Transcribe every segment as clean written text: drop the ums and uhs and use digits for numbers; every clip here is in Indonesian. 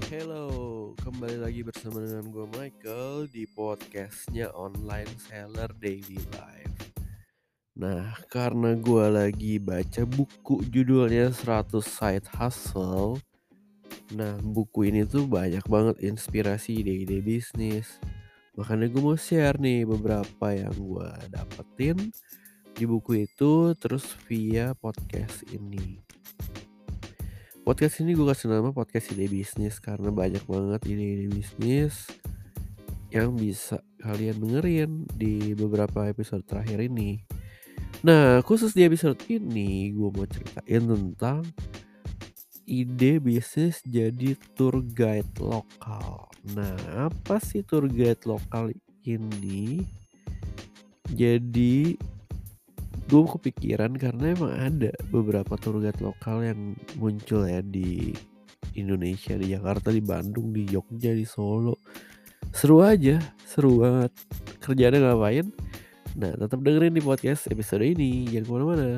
Hello, kembali lagi bersama dengan gue Michael di podcastnya Online Seller Daily Life. Nah, karena gue lagi baca buku judulnya 100 Side Hustle. Nah, buku ini tuh banyak banget inspirasi ide-ide bisnis. Makanya gue mau share nih beberapa yang gue dapetin di buku itu terus via podcast ini. Podcast ini gue kasih nama podcast ide bisnis karena banyak banget ide-ide bisnis yang bisa kalian dengerin di beberapa episode terakhir ini. Nah, khusus di episode ini gue mau ceritain tentang ide bisnis jadi tour guide lokal. Nah, apa sih tour guide lokal ini? Jadi gue kepikiran karena emang ada beberapa tour guide lokal yang muncul ya di Indonesia, di Jakarta, di Bandung, di Jogja, di Solo. Seru aja, seru banget. Kerjaannya ngapain? Nah, tetap dengerin di podcast episode ini, jangan kemana-mana.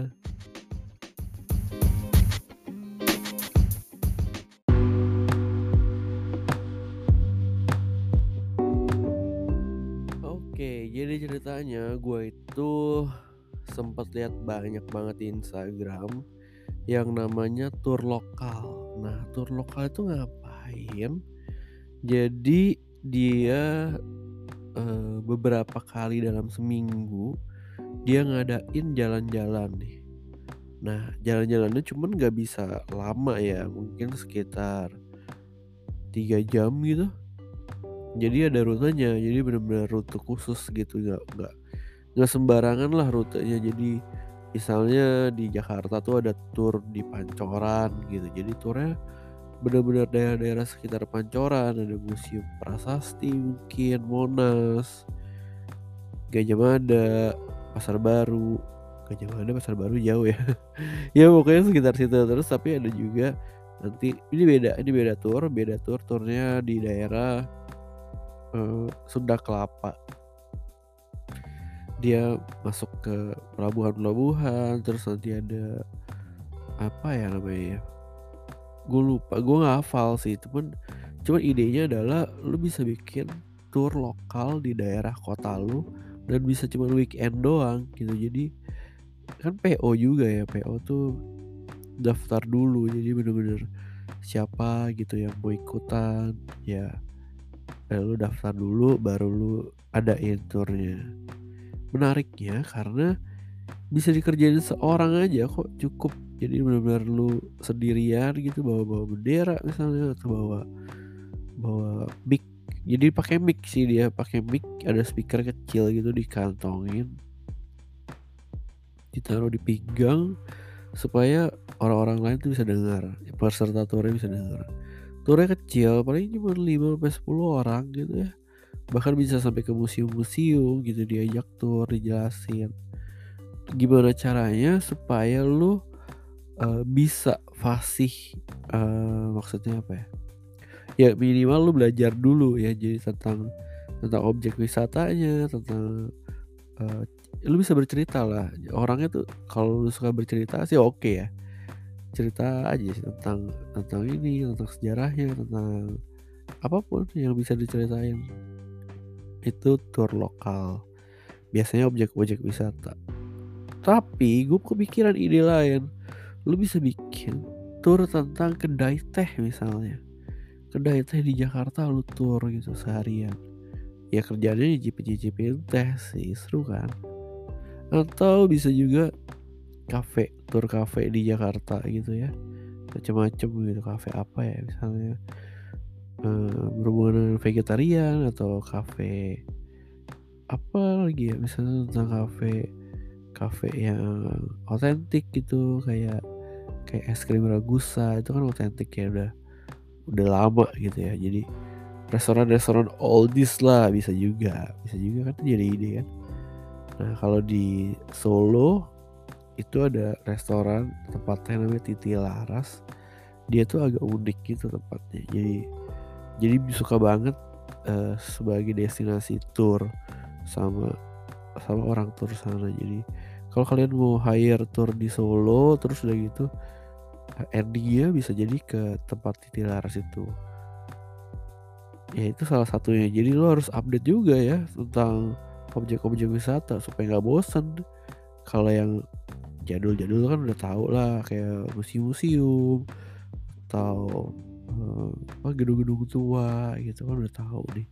Oke, jadi ceritanya gue itu sempat lihat banyak banget di Instagram yang namanya tour lokal. Nah, tour lokal itu ngapain? Jadi dia beberapa kali dalam seminggu dia ngadain jalan-jalan nih. Nah, jalan-jalannya cuman nggak bisa lama ya, mungkin sekitar 3 jam gitu. Jadi ada rutenya, jadi benar-benar rute khusus gitu, nggak sembarangan lah rutenya. Jadi misalnya di Jakarta tuh ada tour di Pancoran gitu, jadi turnya benar-benar daerah-daerah sekitar Pancoran, ada Museum Prasasti mungkin, Monas, Gajah Mada, Pasar Baru. Gajah Mada, Pasar Baru jauh ya. Ya pokoknya sekitar situ. Terus tapi ada juga nanti ini beda turnya di daerah Sunda Kelapa. Dia masuk ke pelabuhan-pelabuhan, terus nanti ada apa ya namanya ya, gue lupa, gue nggak hafal sih. Cuman idenya adalah lu bisa bikin tour lokal di daerah kota lu dan bisa cuma weekend doang gitu. Jadi kan PO juga ya, PO tuh daftar dulu, jadi bener-bener siapa gitu yang mau ikutan ya, lu daftar dulu baru lu adain turnya. Menariknya karena bisa dikerjain seorang aja kok, cukup. Jadi benar-benar lu sendirian gitu, bawa bendera misalnya, atau bawa mic. Jadi pakai mic sih, dia pakai mic, ada speaker kecil gitu dikantongin, ditaruh di pinggang supaya orang-orang lain tuh bisa dengar, peserta turnya bisa dengar. Turnya kecil, paling cuma 5-10 orang gitu ya. Bahkan bisa sampai ke museum-museum gitu, diajak tur, dijelasin gimana caranya supaya lu bisa fasih, maksudnya apa ya, ya minimal lu belajar dulu ya, jadi tentang objek wisatanya, tentang, eee, lu bisa bercerita lah. Orangnya tuh kalau lu suka bercerita sih oke ya, cerita aja sih tentang ini, tentang sejarahnya, tentang apapun yang bisa diceritain. Itu tour lokal, biasanya objek-objek wisata. Tapi gue kepikiran ide lain, lu bisa bikin tour tentang kedai teh misalnya. Kedai teh di Jakarta lu tur gitu seharian. Ya kerjanya nyicipin teh sih, seru kan? Atau bisa juga tur kafe di Jakarta gitu ya. Macem-macem gitu, kafe apa ya misalnya, berhubungan dengan vegetarian, atau kafe apa lagi ya, misalnya tentang kafe yang otentik gitu, kayak es krim Ragusa itu kan otentik ya, udah lama gitu ya. Jadi restoran-restoran oldies lah, bisa juga kan, jadi ide kan. Nah, kalau di Solo itu ada restoran, tempatnya namanya Titi Laras. Dia tuh agak unik gitu tempatnya. Jadi suka banget sebagai destinasi tour sama orang tour sana. Jadi kalau kalian mau hire tour di Solo, terus udah gitu endingnya bisa jadi ke tempat Titi Laras itu. Ya itu salah satunya. Jadi lo harus update juga ya tentang objek-objek wisata supaya nggak bosen. Kalau yang jadul-jadul kan udah tahu lah, kayak museum-museum atau gedung-gedung tua gitu kan udah tahu nih,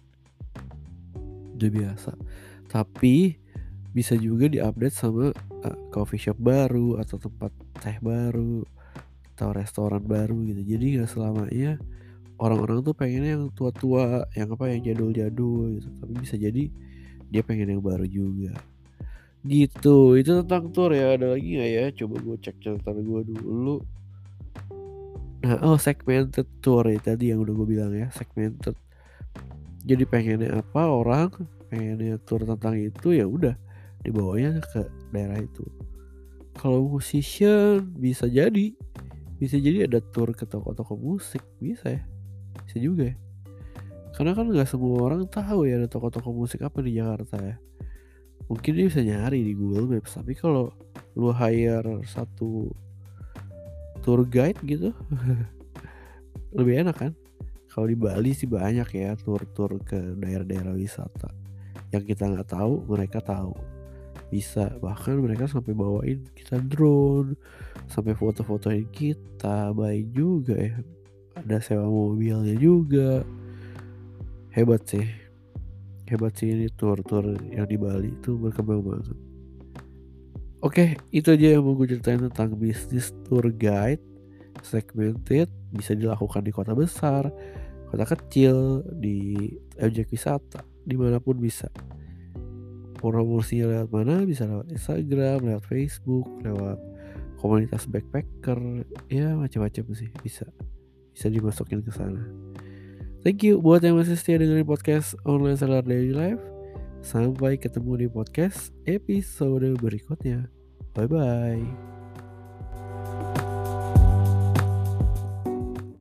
udah biasa. Tapi bisa juga diupdate sama coffee shop baru atau tempat teh baru atau restoran baru gitu. Jadi nggak selamanya orang-orang tuh pengennya yang tua-tua, yang yang jadul-jadul gitu. Tapi bisa jadi dia pengen yang baru juga. Gitu. Itu tentang tour ya. Ada lagi nggak ya? Coba gue cek catatan gue dulu. Nah, segmented tour ya tadi yang udah gue bilang ya, segmented. Jadi pengennya apa orang, pengennya tour tentang itu, ya udah dibawanya ke daerah itu. Kalau musician bisa jadi ada tour ke toko-toko musik, bisa ya, bisa juga ya. Karena kan nggak semua orang tahu ya ada toko-toko musik apa di Jakarta ya. Mungkin dia bisa nyari di Google Maps, tapi kalau lu hire satu tour guide gitu lebih enak kan. Kalau di Bali sih banyak ya tur-tur ke daerah-daerah wisata yang kita nggak tahu, mereka tahu. Bisa, bahkan mereka sampai bawain kita drone, sampai foto-fotoin kita, baik juga ya. Ada sewa mobilnya juga. Hebat sih ini tur-tur yang di Bali itu berkembang banget. Oke, itu aja yang mau gue ceritain tentang bisnis tour guide segmented. Bisa dilakukan di kota besar, kota kecil, di objek wisata, dimanapun bisa. Promosinya lewat mana? Bisa lewat Instagram, lewat Facebook, lewat komunitas backpacker, ya macam-macam sih, bisa dimasukin ke sana. Thank you buat yang masih setia dengerin podcast Online Seller Daily Life. Sampai ketemu di podcast episode berikutnya. Bye bye.